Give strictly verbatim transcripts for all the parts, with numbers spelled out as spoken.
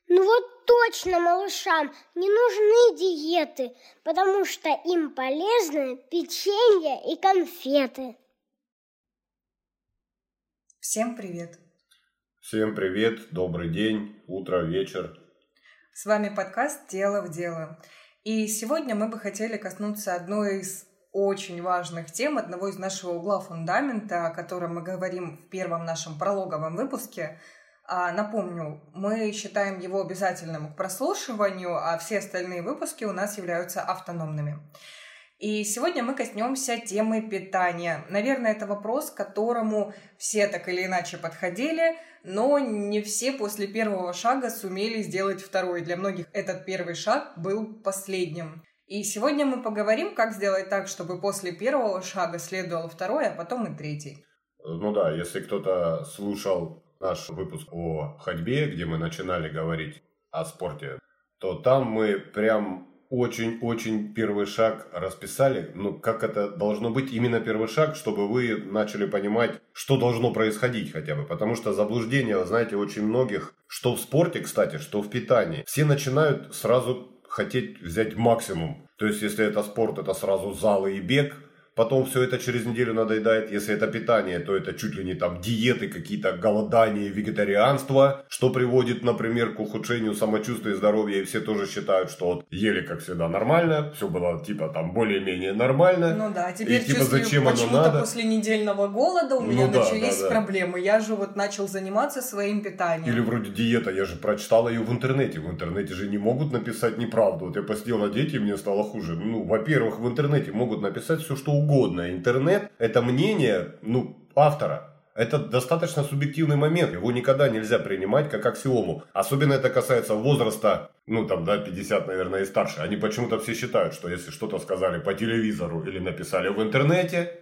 Ну вот точно малышам не нужны диеты, потому что им полезны печенье и конфеты. Всем привет! Всем привет, добрый день, утро, вечер. С вами подкаст «Дело в дело». И сегодня мы бы хотели коснуться одной из очень важных тем, одного из нашего угла фундамента, о котором мы говорим в первом нашем прологовом выпуске. А, напомню, мы считаем его обязательным к прослушиванию, а все остальные выпуски у нас являются автономными. И сегодня мы коснемся темы питания. Наверное, это вопрос, к которому все так или иначе подходили, но не все после первого шага сумели сделать второй. Для многих этот первый шаг был последним. И сегодня мы поговорим, как сделать так, чтобы после первого шага следовал второй, а потом и третий. Ну да, если кто-то слушал наш выпуск о ходьбе, где мы начинали говорить о спорте, то там мы прям очень-очень первый шаг расписали. Ну, как это должно быть именно первый шаг, чтобы вы начали понимать, что должно происходить хотя бы. Потому что заблуждение, вы знаете, очень многих, что в спорте, кстати, что в питании. Все начинают сразу хотеть взять максимум. То есть, если это спорт, это сразу залы и бег. Потом все это через неделю надоедает. Если это питание, то это чуть ли не там диеты, какие-то голодания, вегетарианство, что приводит, например, к ухудшению самочувствия и здоровья. И все тоже считают, что вот ели, как всегда, нормально. Все было типа там более-менее нормально. Ну да, теперь и, типа, чувствую, зачем почему-то оно надо? после недельного голода у меня ну, да, начались да, да. проблемы. Я же вот начал заниматься своим питанием. Или вроде диета, я же прочитал ее в интернете. В интернете же не могут написать неправду. Вот я посидел на диете, и мне стало хуже. Ну, во-первых, в интернете могут написать все, что угодно. Интернет – это мнение, ну, автора. Это достаточно субъективный момент. Его никогда нельзя принимать как аксиому. Особенно это касается возраста, ну, там, да, пятьдесят, наверное, и старше. Они почему-то все считают, что если что-то сказали по телевизору или написали в интернете,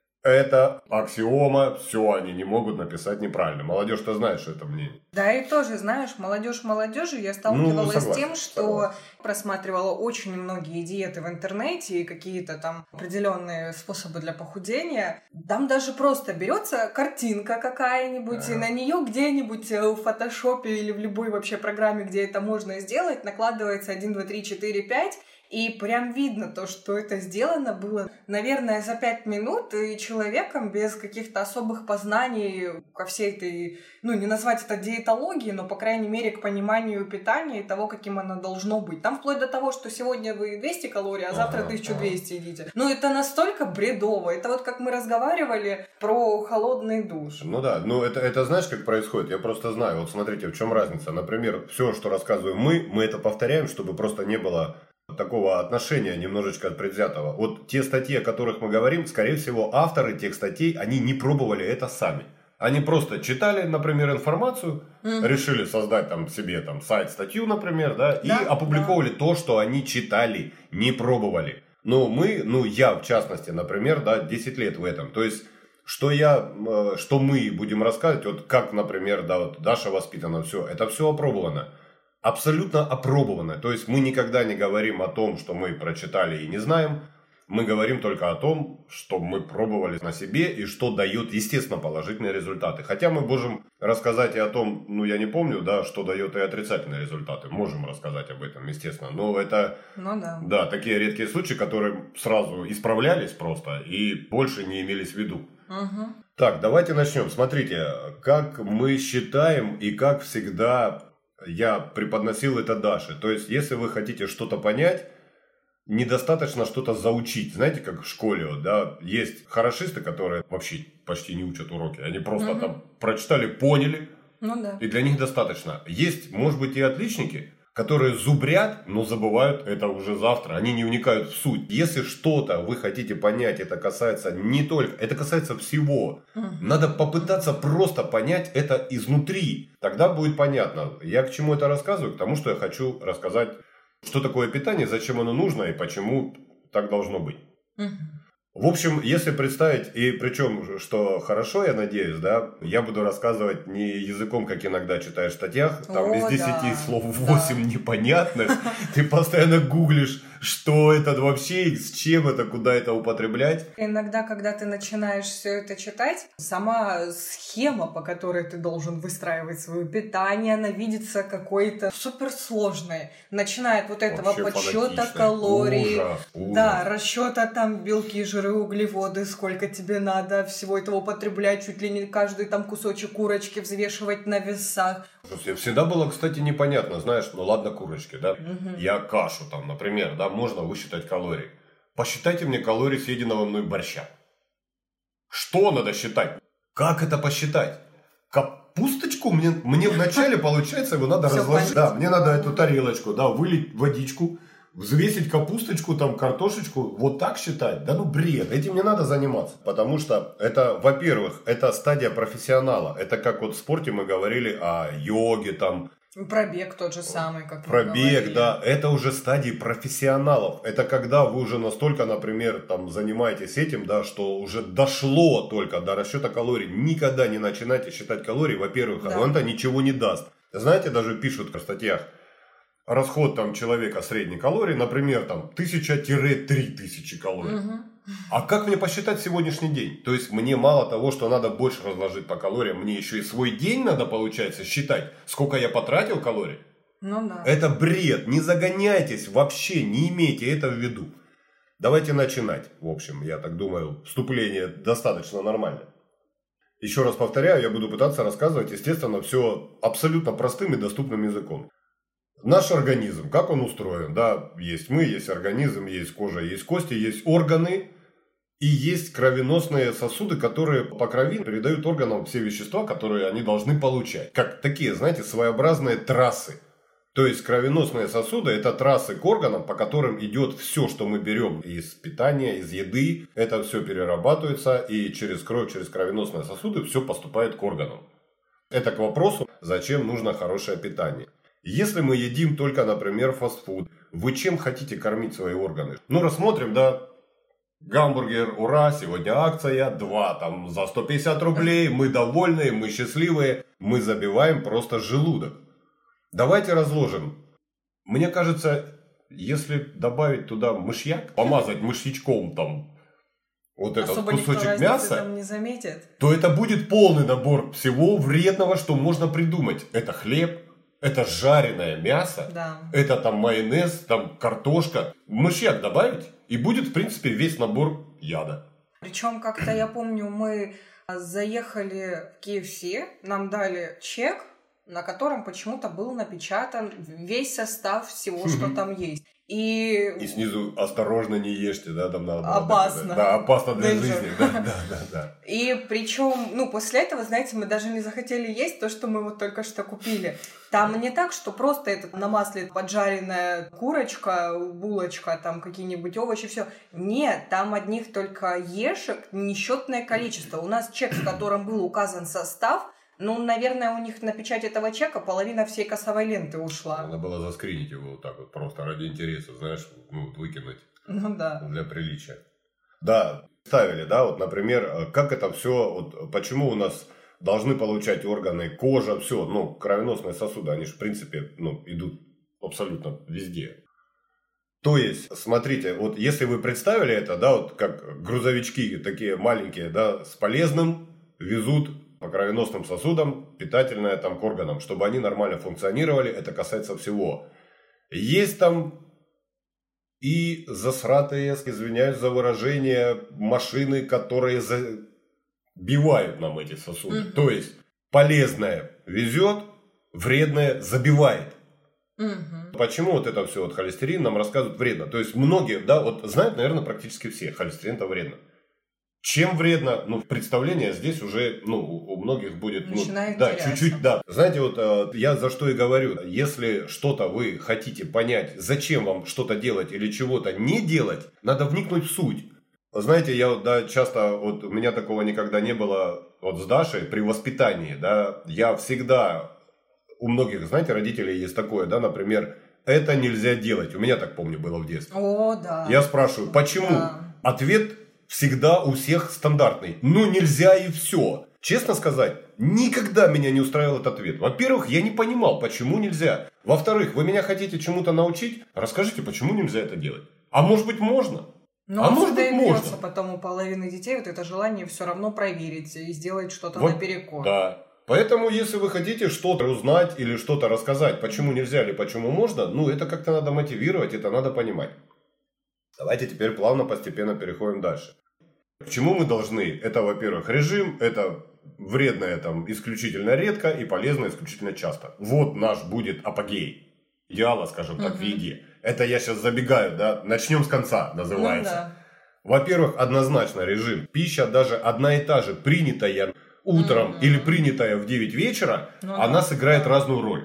это аксиома, все, они не могут написать неправильно. Молодежь-то знает, что это мнение. Да, и тоже, знаешь, молодежь молодежи, я сталкивалась ну, с тем, что согласен. просматривала очень многие диеты в интернете и какие-то там определенные способы для похудения. Там даже просто берется картинка какая-нибудь, ага. и на нее где-нибудь в фотошопе или в любой вообще программе, где это можно сделать, накладывается один, два, три, четыре, пять. И прям видно то, что это сделано было, наверное, за пять минут, и человеком без каких-то особых познаний ко всей этой, ну, не назвать это диетологией, но, по крайней мере, к пониманию питания и того, каким оно должно быть. Там вплоть до того, что сегодня вы двести калорий, а завтра тысяча двести едите. Ну, это настолько бредово. Это вот как мы разговаривали про холодный душ. Ну да, ну это, это знаешь, как происходит? Я просто знаю. Вот смотрите, в чем разница. Например, все, что рассказываем мы, мы это повторяем, чтобы просто не было такого отношения немножечко предвзятого. Вот те статьи, о которых мы говорим, скорее всего, авторы тех статей, они не пробовали это сами. Они просто читали, например, информацию, mm-hmm. решили создать там себе там сайт, статью, например, да, и да, опубликовали да. то, что они читали, не пробовали. Но мы, ну я в частности, например, да, десять лет в этом. То есть, что я, что мы будем рассказывать, вот как, например, да, вот Даша воспитана, все, это все опробовано. Абсолютно опробовано. То есть мы никогда не говорим о том, что мы прочитали и не знаем. Мы говорим только о том, что мы пробовали на себе и что дает, естественно, положительные результаты. Хотя мы можем рассказать и о том, ну я не помню, да, что дает и отрицательные результаты. Можем рассказать об этом, естественно. Но это ну, да. Да, такие редкие случаи, которые сразу исправлялись просто и больше не имелись в виду. Угу. Так, давайте начнем. Смотрите, как мы считаем и как всегда... Я преподносил это Даше. То есть, если вы хотите что-то понять, недостаточно что-то заучить. Знаете, как в школе, вот, да, есть хорошисты, которые вообще почти не учат уроки. Они просто угу. там прочитали, поняли, ну, да. и для них достаточно. Есть, может быть, и отличники, которые зубрят, но забывают это уже завтра. Они не вникают в суть. Если что-то вы хотите понять, это касается не только, это касается всего. Угу. Надо попытаться просто понять это изнутри. Тогда будет понятно. Я к чему это рассказываю? К тому, что я хочу рассказать, что такое питание, зачем оно нужно и почему так должно быть. Угу. В общем, если представить, и причем, что хорошо, я надеюсь, да, я буду рассказывать не языком, как иногда читаешь в статьях, там О, из десяти да, слов восемь да. непонятных, ты постоянно гуглишь, что это вообще, с чем это, куда это употреблять. Иногда, когда ты начинаешь все это читать, сама схема, по которой ты должен выстраивать свое питание, она видится какой-то суперсложной. Начинает вот этого Вообще подсчета калорий, ужас, ужас. да, расчета там белки, жиры, углеводы, сколько тебе надо всего этого употреблять, чуть ли не каждый там кусочек курочки взвешивать на весах. Всегда было, кстати, непонятно, знаешь, ну ладно, курочки, да, Угу. я кашу там, например, да, можно высчитать калории. Посчитайте мне калории съеденного мной борща. Что надо считать? Как это посчитать? Капусточку мне, мне вначале, получается, его надо Всё разложить. понятно. Да, мне надо эту тарелочку, да, вылить водичку, взвесить капусточку, там, картошечку, вот так считать? Да ну бред, этим не надо заниматься. Потому что это, во-первых, это стадия профессионала. Это как вот в спорте мы говорили о йоге, там, Пробег тот же самый, как мы Пробег, говорили. да, это уже стадии профессионалов. Это когда вы уже настолько, например, там занимаетесь этим, да, что уже дошло только до расчета калорий. Никогда не начинайте считать калории. Во-первых, Да. он-то ничего не даст. Знаете, даже пишут в статьях, расход там человека средней калории, например, там тысяча-три тысячи калорий. Мгм. А как мне посчитать сегодняшний день? То есть мне мало того, что надо больше разложить по калориям, мне еще и свой день надо, получается, считать, сколько я потратил калорий? Ну да. Это бред, не загоняйтесь вообще, не имейте это в виду. Давайте начинать. В общем, я так думаю, вступление достаточно нормально. Еще раз повторяю, я буду пытаться рассказывать, естественно, все абсолютно простым и доступным языком. Наш организм, как он устроен? Да, есть мы, есть организм, есть кожа, есть кости, есть органы и есть кровеносные сосуды, которые по крови передают органам все вещества, которые они должны получать. Как такие, знаете, своеобразные трассы. То есть кровеносные сосуды – это трассы к органам, по которым идет все, что мы берем из питания, из еды. Это все перерабатывается и через кровь, через кровеносные сосуды все поступает к органам. Это к вопросу, зачем нужно хорошее питание. Если мы едим только, например, фастфуд, вы чем хотите кормить свои органы? Ну, рассмотрим, да, гамбургер, ура, сегодня акция, два там за сто пятьдесят рублей, мы довольны, мы счастливые, мы забиваем просто желудок. Давайте разложим. Мне кажется, если добавить туда мышьяк, помазать мышьячком там вот этот Особо никто кусочек разницы мяса, там не заметит. то это будет полный набор всего вредного, что можно придумать. Это хлеб, это жареное мясо, Да. это там майонез, там картошка. Мышьяк добавить, и будет, в принципе, весь набор яда. Причем как-то я помню, мы заехали в кей эф си, нам дали чек, на котором почему-то был напечатан весь состав всего, что там есть. И, И снизу осторожно не ешьте, да, там надо было Опасно. написать. Да, опасно для Danger. жизни. Да, да, да, да. и причем, ну, после этого, знаете, мы даже не захотели есть то, что мы вот только что купили. Там не так, что просто это на масле поджаренная курочка, булочка, там какие-нибудь овощи, все. Нет, там одних только ешек несчетное количество. У нас чек, в котором был указан состав, ну, наверное, у них на печать этого чека половина всей кассовой ленты ушла. Надо было заскринить его вот так вот, просто ради интереса, знаешь, ну, выкинуть Ну да. для приличия. Да, ставили, да, вот, например, как это все, вот, почему у нас должны получать органы, кожа, все, ну, кровеносные сосуды, они же, в принципе, ну, идут абсолютно везде. То есть, смотрите, вот если вы представили это, да, вот как грузовички такие маленькие, да, с полезным везут по кровеносным сосудам, питательное там к органам, чтобы они нормально функционировали, это касается всего. Есть там и засратые, извиняюсь за выражение, машины, которые забивают нам эти сосуды. Мгм. То есть, полезное везет, вредное забивает. Мгм. Почему вот это все, вот холестерин нам рассказывают вредно? То есть, многие, да, вот знают, наверное, практически все, холестерин это вредно. Чем вредно? Ну, представление здесь уже, ну, у многих будет, ну, Начинает да, теряться. чуть-чуть, да. Знаете, вот э, я за что и говорю, если что-то вы хотите понять, зачем вам что-то делать или чего-то не делать, надо вникнуть в суть. Знаете, я вот, да, часто, вот у меня такого никогда не было, вот с Дашей при воспитании, да, я всегда, у многих, знаете, родителей есть такое, да, например, это нельзя делать. У меня так, помню, было в детстве. О, да. Я спрашиваю, почему? Да. Ответ всегда у всех стандартный. Ну нельзя и все. Честно сказать, никогда меня не устраивал этот ответ. Во-первых, я не понимал, почему нельзя. Во-вторых, вы меня хотите чему-то научить? Расскажите, почему нельзя это делать? А может быть можно? Но а может быть можно? Потом у половины детей вот это желание все равно проверить и сделать что-то вот, наперекор. Да. Поэтому, если вы хотите что-то узнать или что-то рассказать, почему нельзя или почему можно, ну это как-то надо мотивировать, это надо понимать. Давайте теперь плавно, постепенно переходим дальше. К чему мы должны? Это, во-первых, режим, это вредное там исключительно редко и полезное исключительно часто. Вот наш будет апогей идеала, скажем так, угу. в еде. Это я сейчас забегаю, да? Начнем с конца, называется. Ну, да. Во-первых, однозначно режим. Пища даже одна и та же, принятая утром угу. или принятая в девять вечера, ну, она да. сыграет да. разную роль.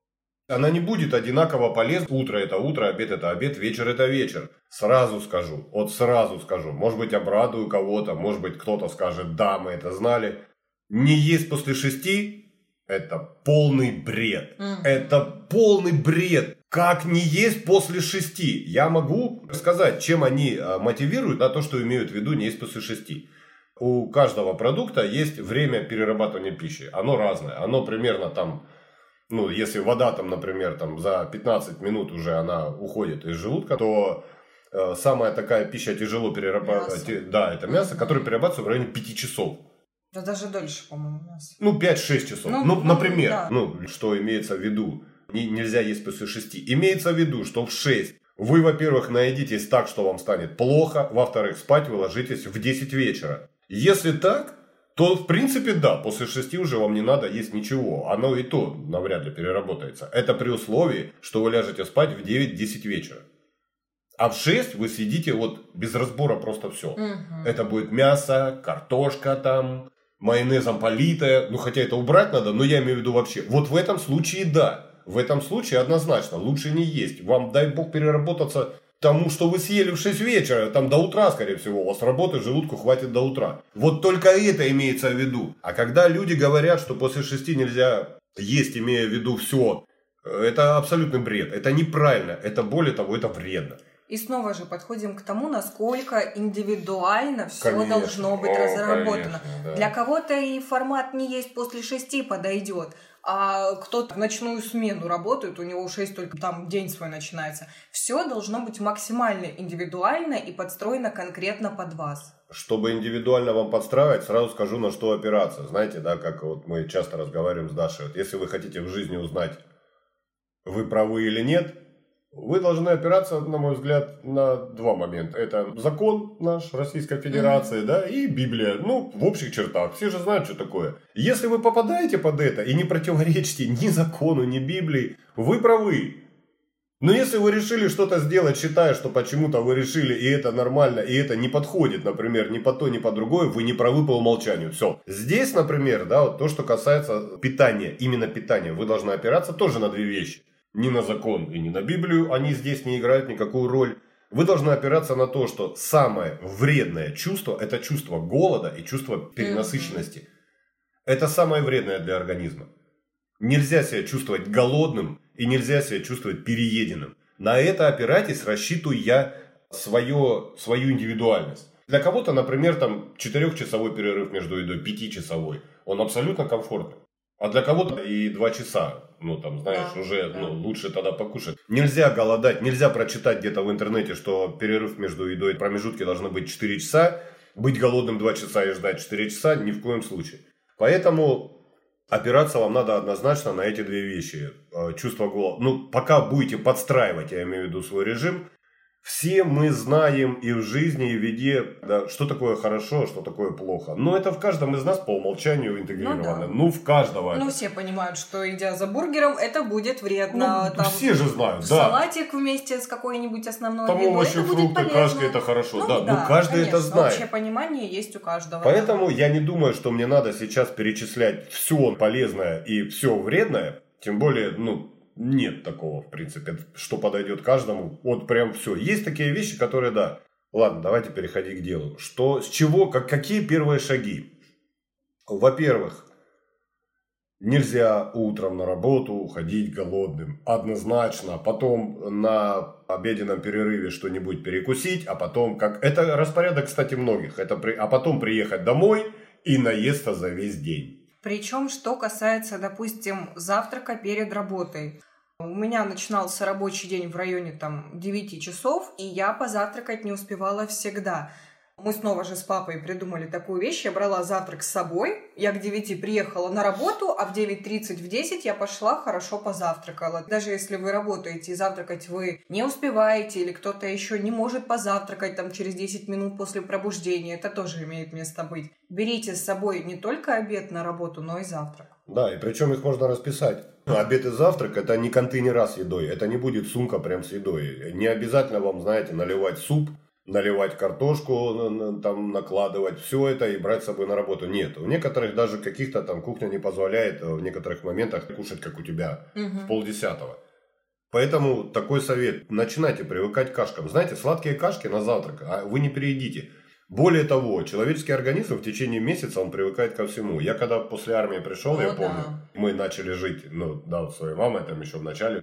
Она не будет одинаково полезна. Утро это утро, обед это обед, вечер это вечер. Сразу скажу, вот сразу скажу. Может быть, обрадую кого-то, может быть, кто-то скажет, да, мы это знали. Не есть после шести – это полный бред. Mm-hmm. Это полный бред. Как не есть после шести? Я могу сказать, чем они мотивируют на то, что имеют в виду не есть после шести. У каждого продукта есть время перерабатывания пищи. Оно разное. Оно примерно там... Ну, если вода там, например, там, за пятнадцать минут уже она уходит из желудка, то э, самая такая пища тяжело перерабатывать. Да, это мясо, которое перерабатывается в районе пяти часов. Да даже дольше, по-моему, мясо. Ну, пять-шесть часов. Ну, ну например, да. ну, что имеется в виду, не, нельзя есть после шести. Имеется в виду, что в шесть вы, во-первых, наедитесь так, что вам станет плохо, во-вторых, спать вы ложитесь в десять вечера. Если так, то, в принципе, да, после шести уже вам не надо есть ничего. Оно и то навряд ли переработается. Это при условии, что вы ляжете спать в девять-десять вечера. А в шесть вы съедите вот без разбора просто все. Угу. Это будет мясо, картошка там, майонезом политое. Ну, хотя это убрать надо, но я имею в виду вообще. Вот в этом случае да. В этом случае однозначно лучше не есть. Вам, дай бог, переработаться... Тому, что вы съели в шесть вечера, там до утра, скорее всего, у вас работы желудку хватит до утра. Вот только это имеется в виду. А когда люди говорят, что после шести нельзя есть, имея в виду все, это абсолютный бред. Это неправильно. Это, более того, это вредно. И снова же подходим к тому, насколько индивидуально все конечно. должно быть О, разработано. конечно, да. Для кого-то и формат не есть после шести подойдет. А кто-то в ночную смену работает, у него в шесть только там день свой начинается. Все должно быть максимально индивидуально и подстроено конкретно под вас. Чтобы индивидуально вам подстраивать, сразу скажу, на что опираться. Знаете, да, как вот мы часто разговариваем с Дашей. Вот если вы хотите в жизни узнать, вы правы или нет, вы должны опираться, на мой взгляд, на два момента. Это закон наш Российской Федерации, mm-hmm. да, и Библия. Ну, в общих чертах. Все же знают, что такое. Если вы попадаете под это и не противоречите ни закону, ни Библии, вы правы. Но если вы решили что-то сделать, считая, что почему-то вы решили, и это нормально, и это не подходит, например, ни по то, ни по другое, вы не правы по умолчанию. Все. Здесь, например, да, вот то, что касается питания, именно питания, вы должны опираться тоже на две вещи. Ни на закон и ни на Библию они здесь не играют никакую роль. Вы должны опираться на то, что самое вредное чувство – это чувство голода и чувство перенасыщенности. Mm-hmm. Это самое вредное для организма. Нельзя себя чувствовать голодным и нельзя себя чувствовать перееденным. На это опирайтесь, рассчитывая свое, свою индивидуальность. Для кого-то, например, там четырехчасовой перерыв между едой, пятичасовой, он абсолютно комфортный. А для кого-то и два часа, ну там, знаешь, да, уже да. Ну, лучше тогда покушать. Нельзя голодать, нельзя прочитать где-то в интернете, что перерыв между едой, промежутки должны быть четыре часа. Быть голодным два часа и ждать четыре часа ни в коем случае. Поэтому опираться вам надо однозначно на эти две вещи. Чувство голода. Ну, пока будете подстраивать, я имею в виду свой режим, все мы знаем и в жизни, и в еде, да, что такое хорошо, что такое плохо. Но это в каждом из нас по умолчанию интегрировано. Ну, да. ну в каждого. Ну, это. Все понимают, что идя за бургером, это будет вредно. Ну, там, все же знают, да. Салатик вместе с какой-нибудь основной там едой, овощи, это фрукты, будет полезно. кашки, это хорошо. Ну, да, да, ну каждый конечно, это знает. Общее понимание есть у каждого. Поэтому да. я не думаю, что мне надо сейчас перечислять все полезное и все вредное. Тем более, ну... Нет такого, в принципе, что подойдет каждому. Вот прям все. Есть такие вещи, которые, да. Ладно, давайте переходить к делу. Что, с чего, как, какие первые шаги? Во-первых, Нельзя утром на работу ходить голодным. Однозначно. Потом на обеденном перерыве что-нибудь перекусить, а потом как... Это распорядок, кстати, многих. Это при... А потом приехать домой и наесться за весь день. Причем, что касается, допустим, завтрака перед работой. У меня начинался рабочий день в районе там девяти часов, и я позавтракать не успевала всегда. Мы снова же с папой придумали такую вещь. Я брала завтрак с собой. Я к девяти приехала на работу, а в девять тридцать, в десять я пошла, хорошо позавтракала. Даже если вы работаете и завтракать вы не успеваете, или кто-то еще не может позавтракать там через десять минут после пробуждения, это тоже имеет место быть. Берите с собой не только обед на работу, но и завтрак. Да, и причем их можно расписать. Обед и завтрак – это не контейнера с едой, это не будет сумка прям с едой. Не обязательно вам, знаете, наливать суп, наливать картошку, там накладывать все это и брать с собой на работу. Нет, у некоторых даже каких-то там кухня не позволяет в некоторых моментах кушать, как у тебя, угу. в полдесятого. Поэтому такой совет, начинайте привыкать к кашкам. Знаете, сладкие кашки на завтрак, а вы не переедите. Более того, человеческий организм в течение месяца он привыкает ко всему. Я когда после армии пришел, О, я помню, да. мы начали жить, ну да, с своей мамой там еще в начале.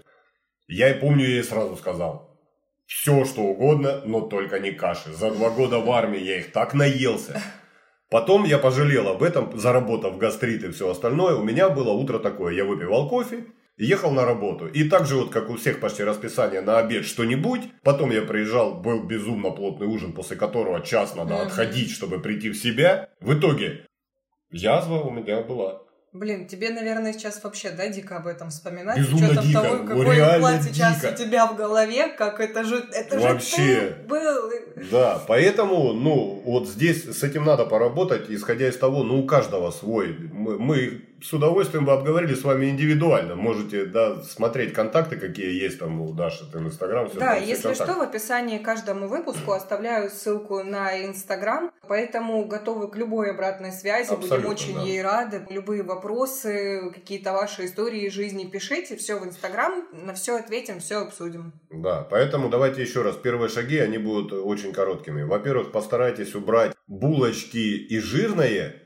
Я и помню, я ей сразу сказал. Все, что угодно, но только не каши. За два года в армии я их так наелся. Потом я пожалел об этом, заработав гастрит и все остальное. У меня было утро такое. Я выпивал кофе и ехал на работу. И так же, вот, как у всех почти расписание на обед что-нибудь. Потом я приезжал, был безумно плотный ужин, после которого час надо отходить, чтобы прийти в себя. В итоге язва у меня была. Блин, тебе, наверное, сейчас вообще, да, дико об этом вспоминать? Безумно с учетом дико. того, какой уклад сейчас дико. у тебя в голове, как это же, это вообще же был. Да, поэтому, ну, вот здесь с этим надо поработать, исходя из того, ну, у каждого свой. Мы, мы с удовольствием бы обговорили с вами индивидуально. Можете, да, смотреть контакты, какие есть там у Даши, там, Инстаграм. Да, там, если что, в описании к каждому выпуску оставляю ссылку на Инстаграм, поэтому готовы к любой обратной связи, абсолютно, будем очень да. ей рады. Любые вопросы, какие-то ваши истории жизни пишите, все в Инстаграм, на все ответим, все обсудим. Да, поэтому давайте еще раз, первые шаги, они будут очень короткими. Во-первых, постарайтесь убрать булочки и жирное.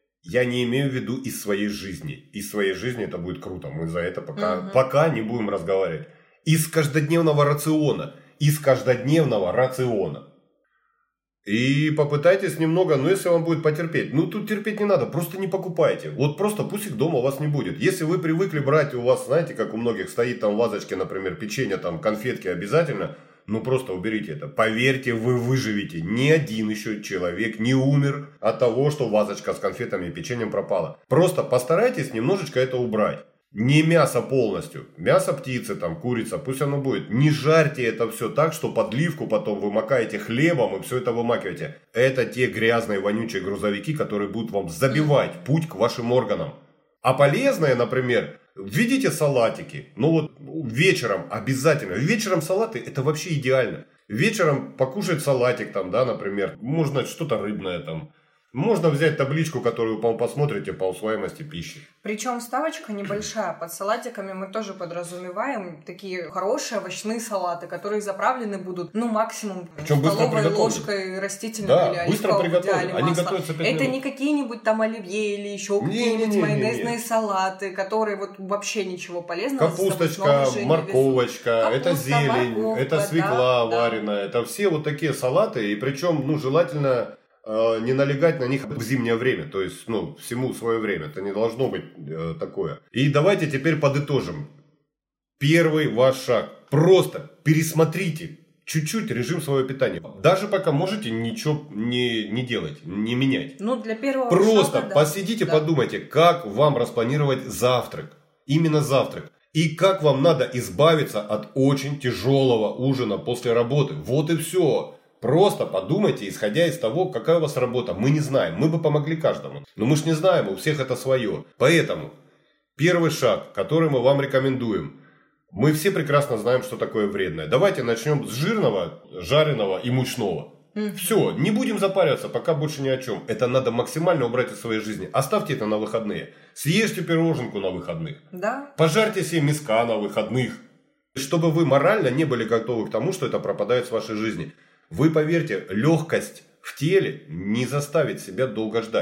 Я не имею в виду из своей жизни. Из своей жизни это будет круто. Мы за это пока, угу. пока не будем разговаривать. Из каждодневного рациона. Из каждодневного рациона. И попытайтесь немного, ну если вам будет потерпеть. Ну тут терпеть не надо, просто не покупайте. Вот просто пусть их дома у вас не будет. Если вы привыкли брать, у вас, знаете, как у многих стоит там в вазочке, например, печенье, там конфетки обязательно. Ну просто уберите это. Поверьте, вы выживете. Ни один еще человек не умер от того, что вазочка с конфетами и печеньем пропала. Просто постарайтесь немножечко это убрать. Не мясо полностью. Мясо птицы, там, курица, пусть оно будет. Не жарьте это все так, что подливку потом вы макаете хлебом и все это вымакиваете. Это те грязные, вонючие грузовики, которые будут вам забивать путь к вашим органам. А полезные, например, введите салатики. Ну вот вечером обязательно. Вечером салаты это вообще идеально. Вечером покушать салатик там, да, например. Можно что-то рыбное там. Можно взять табличку, которую вы посмотрите по усвояемости пищи. Причем ставочка небольшая. Под салатиками мы тоже подразумеваем такие хорошие овощные салаты, которые заправлены будут, ну, максимум Причем столовой ложкой растительного да, или оливкового в идеале Они масла. готовятся пять Это минут. не какие-нибудь там оливье или еще какие-нибудь майонезные салаты, которые вот вообще ничего полезного. Капусточка, морковочка, Капуста, это зелень, морковка, это свекла да, вареная. Да. Это все вот такие салаты. И причем, ну, желательно... не налегать на них в зимнее время. То есть, ну, всему свое время. Это не должно быть э, такое. И давайте теперь подытожим. Первый ваш шаг. Просто пересмотрите чуть-чуть режим своего питания. Даже пока можете ничего не, не делать, не менять. Ну, для первого Просто шага, да. посидите, да. подумайте, как вам распланировать завтрак. Именно завтрак. И как вам надо избавиться от очень тяжелого ужина после работы. Вот и все. Просто подумайте, исходя из того, какая у вас работа. Мы не знаем, мы бы помогли каждому. Но мы же не знаем, у всех это свое. Поэтому первый шаг, который мы вам рекомендуем. Мы все прекрасно знаем, что такое вредное. Давайте начнем с жирного, жареного и мучного. Mm-hmm. Все, не будем запариваться, пока больше ни о чем. Это надо максимально убрать из своей жизни. Оставьте это на выходные. Съешьте пироженку на выходных. Да. Пожарьте себе миска на выходных. Чтобы вы морально не были готовы к тому, что это пропадает с вашей жизни. Вы поверьте, легкость в теле не заставит себя долго ждать.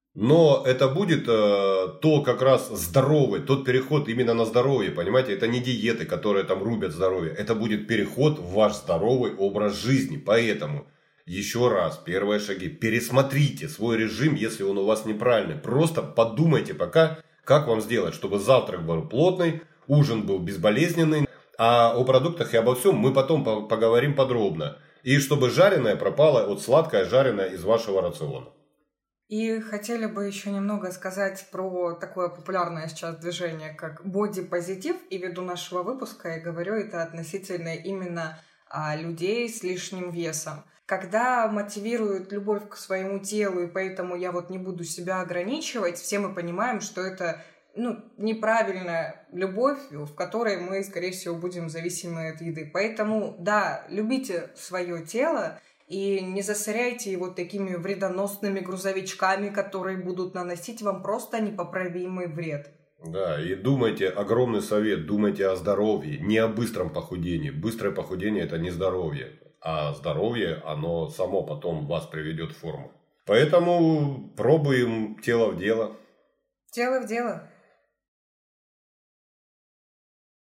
Но это будет э, то как раз здоровый, тот переход именно на здоровье, понимаете? Это не диеты, которые там рубят здоровье. Это будет переход в ваш здоровый образ жизни. Поэтому, еще раз, первые шаги. Пересмотрите свой режим, если он у вас неправильный. Просто подумайте пока, как вам сделать, чтобы завтрак был плотный, ужин был безболезненный. А о продуктах и обо всем мы потом поговорим подробно. И чтобы жареное пропало, вот сладкое жареное из вашего рациона. И хотели бы еще немного сказать про такое популярное сейчас движение, как бодипозитив. И ввиду нашего выпуска я говорю это относительно именно а, людей с лишним весом. Когда мотивируют любовь к своему телу, и поэтому я вот не буду себя ограничивать, все мы понимаем, что это ну, неправильная любовь, в которой мы, скорее всего, будем зависимы от еды. Поэтому, да, любите свое тело, и не засоряйте его такими вредоносными грузовичками, которые будут наносить вам просто непоправимый вред. Да, и думайте, огромный совет, думайте о здоровье, не о быстром похудении. Быстрое похудение – это не здоровье, а здоровье, оно само потом вас приведет в форму. Поэтому пробуем тело в дело. Тело в дело.